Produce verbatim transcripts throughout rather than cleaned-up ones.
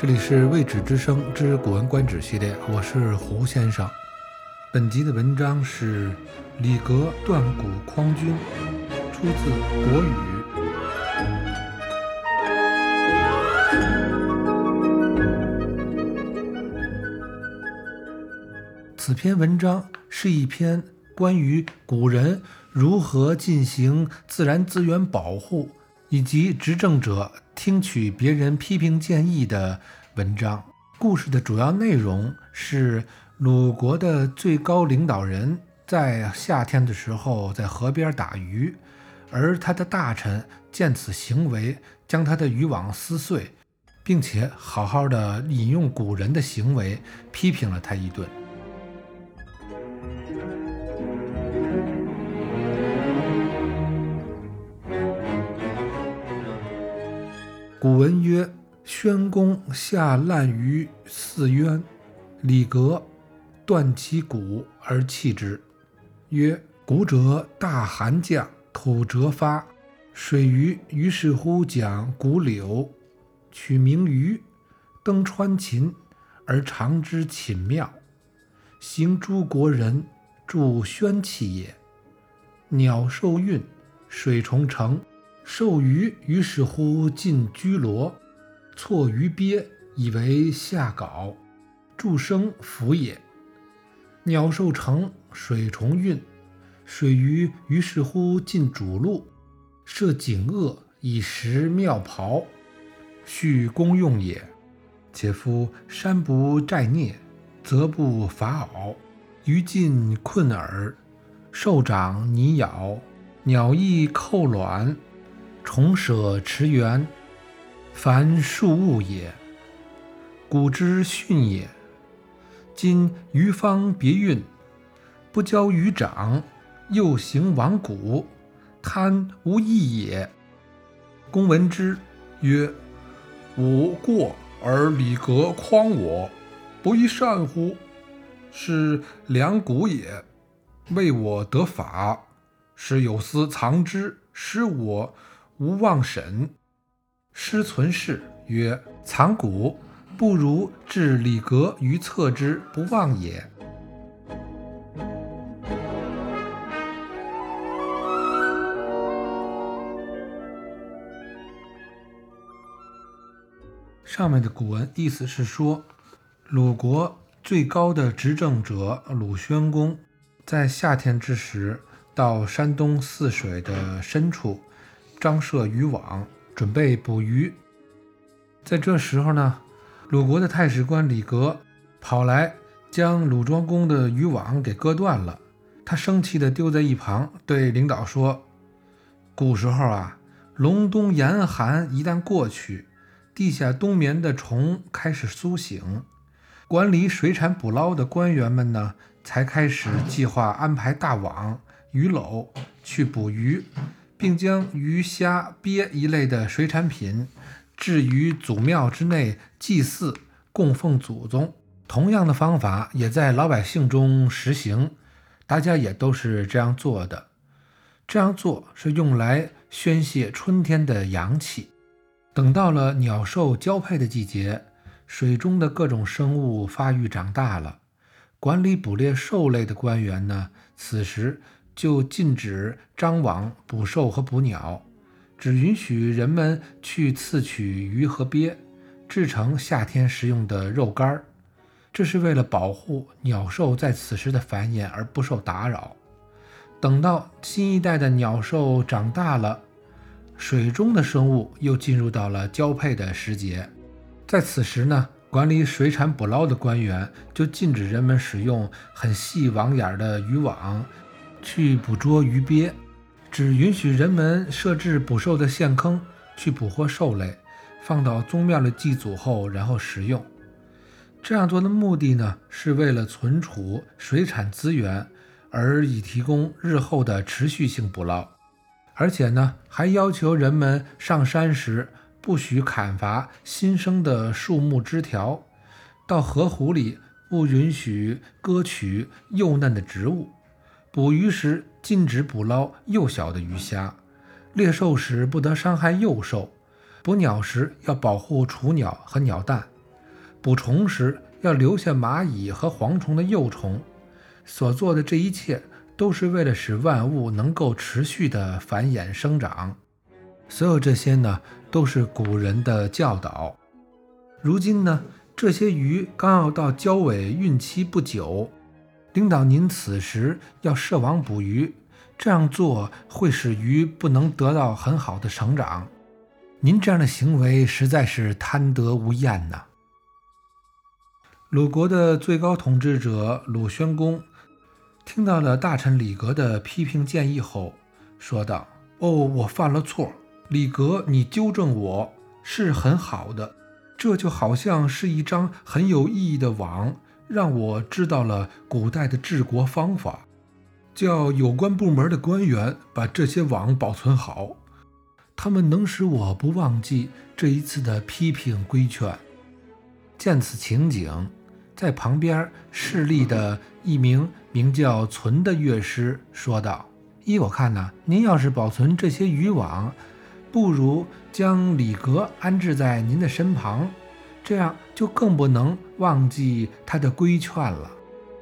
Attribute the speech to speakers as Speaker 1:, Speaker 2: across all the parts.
Speaker 1: 这里是未知之声之古文观止系列，我是胡先生。本集的文章是李格断骨匡君，出自国语。此篇文章是一篇关于古人如何进行自然资源保护以及执政者听取别人批评建议的文章。故事的主要内容是鲁国的最高领导人在夏天的时候在河边打鱼，而他的大臣见此行为，将他的渔网撕碎，并且好好的引用古人的行为批评了他一顿。古文曰：宣公下滥于泗渊，李格断其骨而弃之。曰：骨者大寒降，土折发，水鱼于是乎讲骨柳，取名鱼，登川秦，而尝之寝庙。行诸国人，助宣器也。鸟兽运，水虫成，兽鱼于是乎进居罗，错鱼鳖，以为下稿，助生福也。鸟兽成，水虫运，水鱼于是乎进主路，设井锷，以食庙庖，续公用也。且夫山不寨啮，则不伐袄，鱼进困饵，兽长泥咬，鸟翼扣卵，虫舍池源，凡数物也。古之训也。今鱼方别运，不教鱼长，又行亡骨，贪无益也。公闻之，曰：吾过而李格匡我，不亦善乎？是良骨也，为我得法，使有司藏之，使我无忘审。师存事曰：藏骨，不如置李格于侧之，不忘也。上面的古文意思是说，鲁国最高的执政者鲁宣公在夏天之时到山东泗水的深处张设渔网，准备捕鱼。在这时候呢，鲁国的太史官李格跑来将鲁庄公的渔网给割断了。他生气地丢在一旁，对领导说：古时候啊，隆冬严寒一旦过去，地下冬眠的虫开始苏醒，管理水产捕捞的官员们呢，才开始计划安排大网、鱼篓去捕鱼，并将鱼虾鳖一类的水产品置于祖庙之内祭祀，供奉祖宗。同样的方法也在老百姓中实行，大家也都是这样做的。这样做是用来宣泄春天的阳气。等到了鸟兽交配的季节，水中的各种生物发育长大了，管理捕猎兽类的官员呢，此时就禁止张网捕兽和捕鸟，只允许人们去刺取鱼和鳖，制成夏天食用的肉干。这是为了保护鸟兽在此时的繁衍而不受打扰。等到新一代的鸟兽长大了，水中的生物又进入到了交配的时节。在此时呢，管理水产捕捞的官员就禁止人们使用很细网眼的渔网去捕捉鱼鳖，只允许人们设置捕兽的陷坑，去捕获兽类，放到宗庙里祭祖后，然后食用。这样做的目的呢，是为了存储水产资源，而以提供日后的持续性捕捞。而且呢，还要求人们上山时不许砍伐新生的树木枝条，到河湖里不允许割取幼嫩的植物，捕鱼时禁止捕捞幼小的鱼虾，猎兽时不得伤害幼兽，捕鸟时要保护雏鸟和鸟蛋， 捕虫时要留下蚂蚁和蝗虫的幼虫，所做的这一切都是为了使万物能够持续的繁衍生长。所有这些呢，都是古人的教导。如今呢，这些鱼刚要到交尾孕期不久，领导您此时要设网捕鱼，这样做会使鱼不能得到很好的成长。您这样的行为实在是贪得无厌呐。鲁国的最高统治者鲁宣公听到了大臣李革的批评建议后，说道：哦，我犯了错，李革，你纠正我是很好的，这就好像是一张很有意义的网，让我知道了古代的治国方法，叫有关部门的官员把这些网保存好，他们能使我不忘记这一次的批评规劝。见此情景，在旁边侍立的一名名叫存的乐师说道：依我看呢，您要是保存这些渔网，不如将李革安置在您的身旁，这样就更不能忘记他的规劝了。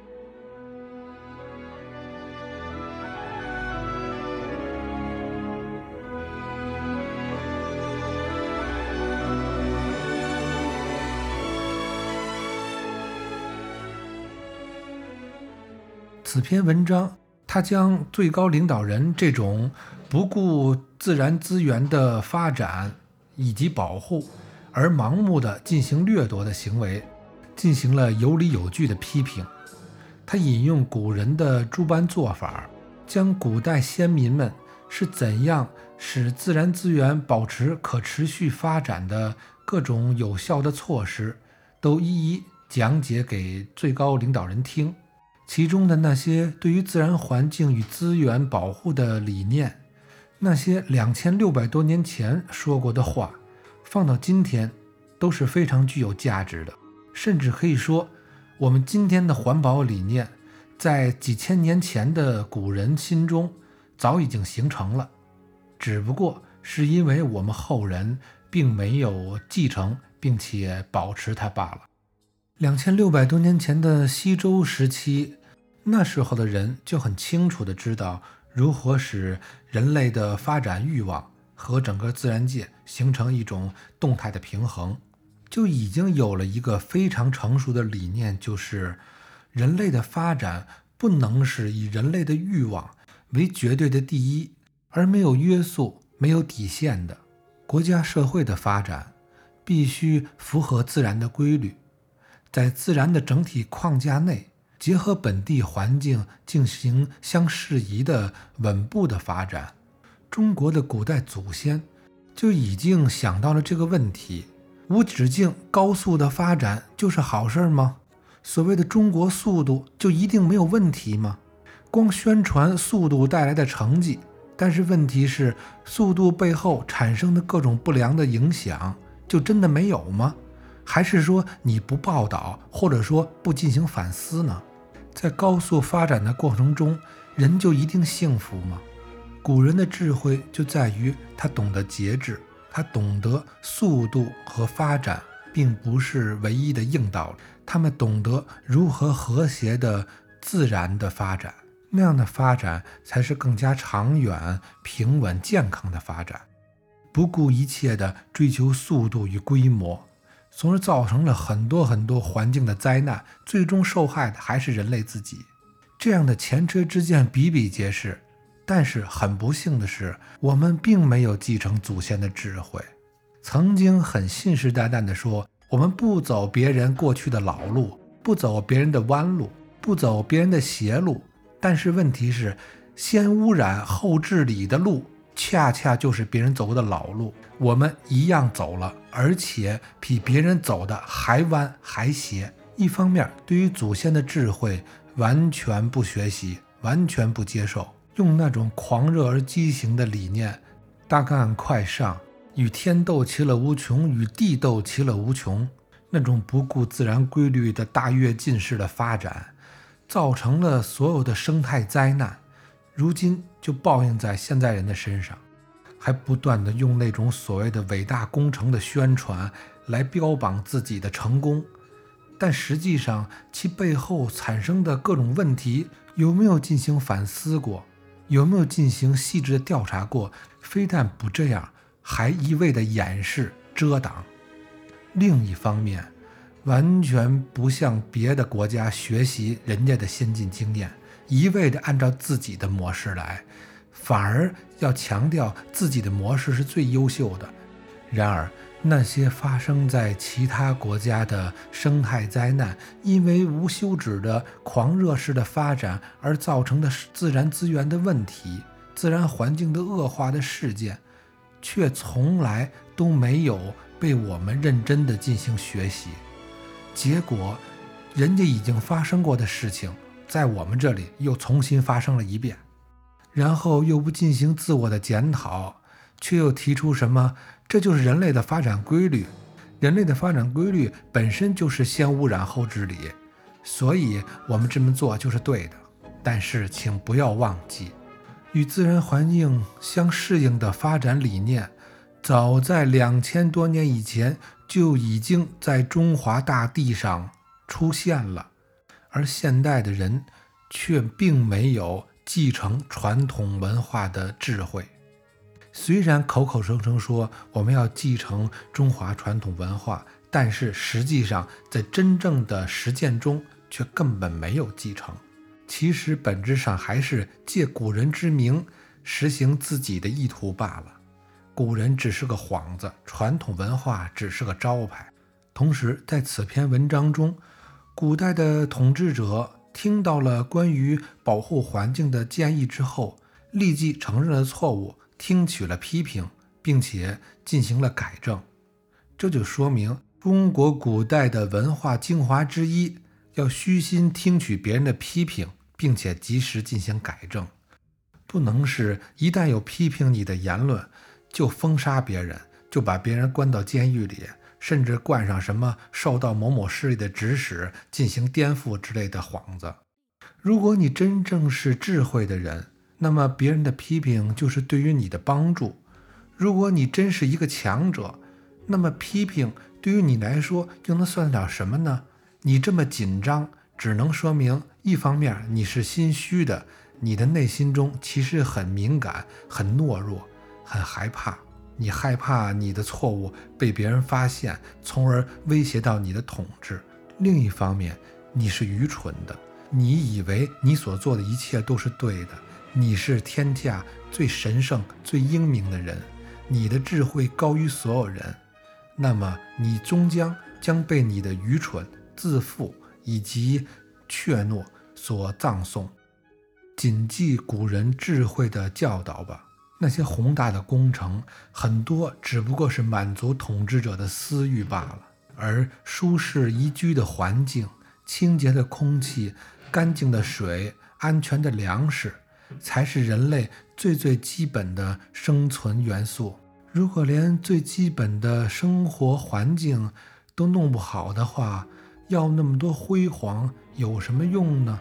Speaker 1: 此篇文章，他将最高领导人这种不顾自然资源的发展以及保护，而盲目的进行掠夺的行为，进行了有理有据的批评。他引用古人的诸般做法，将古代先民们是怎样使自然资源保持可持续发展的各种有效的措施，都一一讲解给最高领导人听。其中的那些对于自然环境与资源保护的理念，那些两千六百多年前说过的话，放到今天都是非常具有价值的。甚至可以说，我们今天的环保理念在几千年前的古人心中早已经形成了，只不过是因为我们后人并没有继承并且保持它罢了。两千六百多年前的西周时期，那时候的人就很清楚地知道如何使人类的发展欲望和整个自然界形成一种动态的平衡，就已经有了一个非常成熟的理念，就是人类的发展不能是以人类的欲望为绝对的第一，而没有约束、没有底线的。国家社会的发展必须符合自然的规律，在自然的整体框架内，结合本地环境进行相适宜的稳步的发展。中国的古代祖先就已经想到了这个问题。无止境高速的发展就是好事吗？所谓的中国速度就一定没有问题吗？光宣传速度带来的成绩，但是问题是速度背后产生的各种不良的影响就真的没有吗？还是说你不报道，或者说不进行反思呢？在高速发展的过程中，人就一定幸福吗？古人的智慧就在于他懂得节制，他懂得速度和发展并不是唯一的硬道理，他们懂得如何和谐的自然的发展，那样的发展才是更加长远、平稳、健康的发展。不顾一切的追求速度与规模，从而造成了很多很多环境的灾难，最终受害的还是人类自己。这样的前车之鉴比比皆是，但是很不幸的是，我们并没有继承祖先的智慧。曾经很信誓旦旦地说，我们不走别人过去的老路，不走别人的弯路，不走别人的邪路，但是问题是，先污染后治理的路恰恰就是别人走的老路，我们一样走了，而且比别人走的还弯还斜。一方面对于祖先的智慧完全不学习，完全不接受，用那种狂热而畸形的理念，大干快上，与天斗其乐无穷，与地斗其乐无穷，那种不顾自然规律的大跃进式的发展，造成了所有的生态灾难，如今就报应在现在人的身上，还不断的用那种所谓的伟大工程的宣传来标榜自己的成功， 但实际上其背后产生的各种问题有没有进行反思过，有没有进行细致的调查过？非但不这样，还一味的掩饰遮挡。另一方面，完全不向别的国家学习人家的先进经验，一味的按照自己的模式来，反而要强调自己的模式是最优秀的。然而那些发生在其他国家的生态灾难，因为无休止的狂热式的发展而造成的自然资源的问题，自然环境的恶化的事件，却从来都没有被我们认真的进行学习。结果人家已经发生过的事情在我们这里又重新发生了一遍，然后又不进行自我的检讨，却又提出什么这就是人类的发展规律，人类的发展规律本身就是先污染后治理，所以我们这么做就是对的。但是请不要忘记，与自然环境相适应的发展理念早在两千多年以前就已经在中华大地上出现了，而现代的人却并没有继承传统文化的智慧。虽然口口声声说我们要继承中华传统文化，但是实际上在真正的实践中却根本没有继承。其实本质上还是借古人之名实行自己的意图罢了。古人只是个幌子，传统文化只是个招牌。同时在此篇文章中，古代的统治者听到了关于保护环境的建议之后，立即承认了错误，听取了批评，并且进行了改正。这就说明中国古代的文化精华之一，要虚心听取别人的批评，并且及时进行改正。不能是一旦有批评你的言论就封杀别人，就把别人关到监狱里，甚至冠上什么受到某某势力的指使进行颠覆之类的幌子。如果你真正是智慧的人，那么别人的批评就是对于你的帮助。如果你真是一个强者，那么批评对于你来说又能算得了什么呢？你这么紧张，只能说明一方面你是心虚的，你的内心中其实很敏感，很懦弱，很害怕。你害怕你的错误被别人发现，从而威胁到你的统治。另一方面，你是愚蠢的，你以为你所做的一切都是对的，你是天下最神圣最英明的人，你的智慧高于所有人，那么你终将将被你的愚蠢、自负以及怯懦所葬送。谨记古人智慧的教导吧，那些宏大的工程很多只不过是满足统治者的私欲罢了，而舒适宜居的环境、清洁的空气、干净的水、安全的粮食，才是人类最最基本的生存元素。如果连最基本的生活环境都弄不好的话，要那么多辉煌有什么用呢？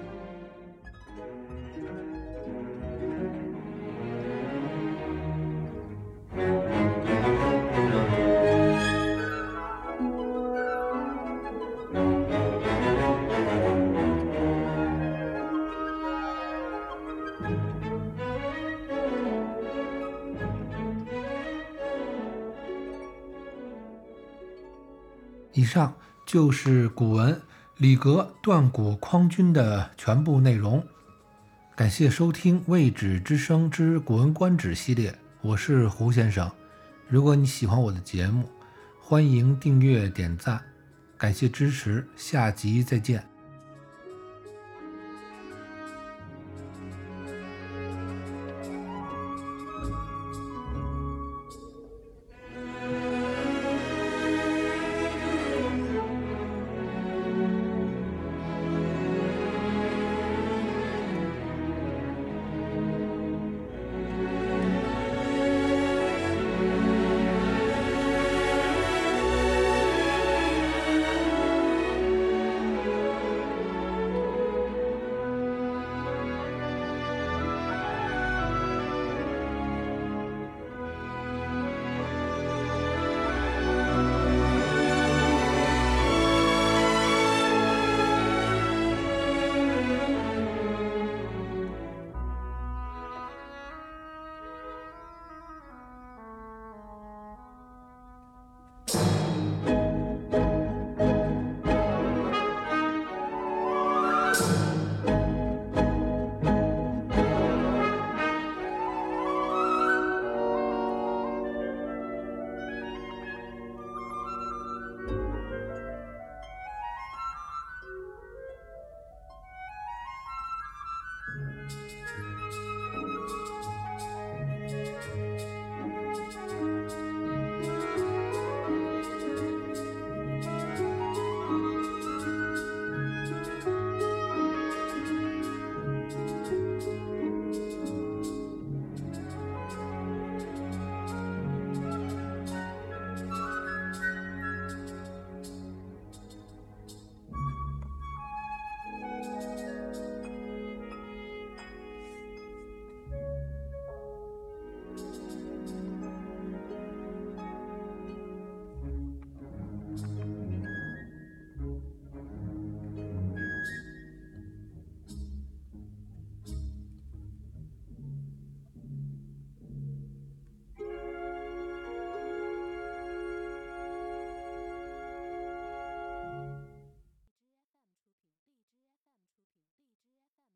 Speaker 1: 以上就是古文李格断骨匡君的全部内容。感谢收听未止之声之古文观止系列，我是胡先生。如果你喜欢我的节目，欢迎订阅点赞，感谢支持，下集再见。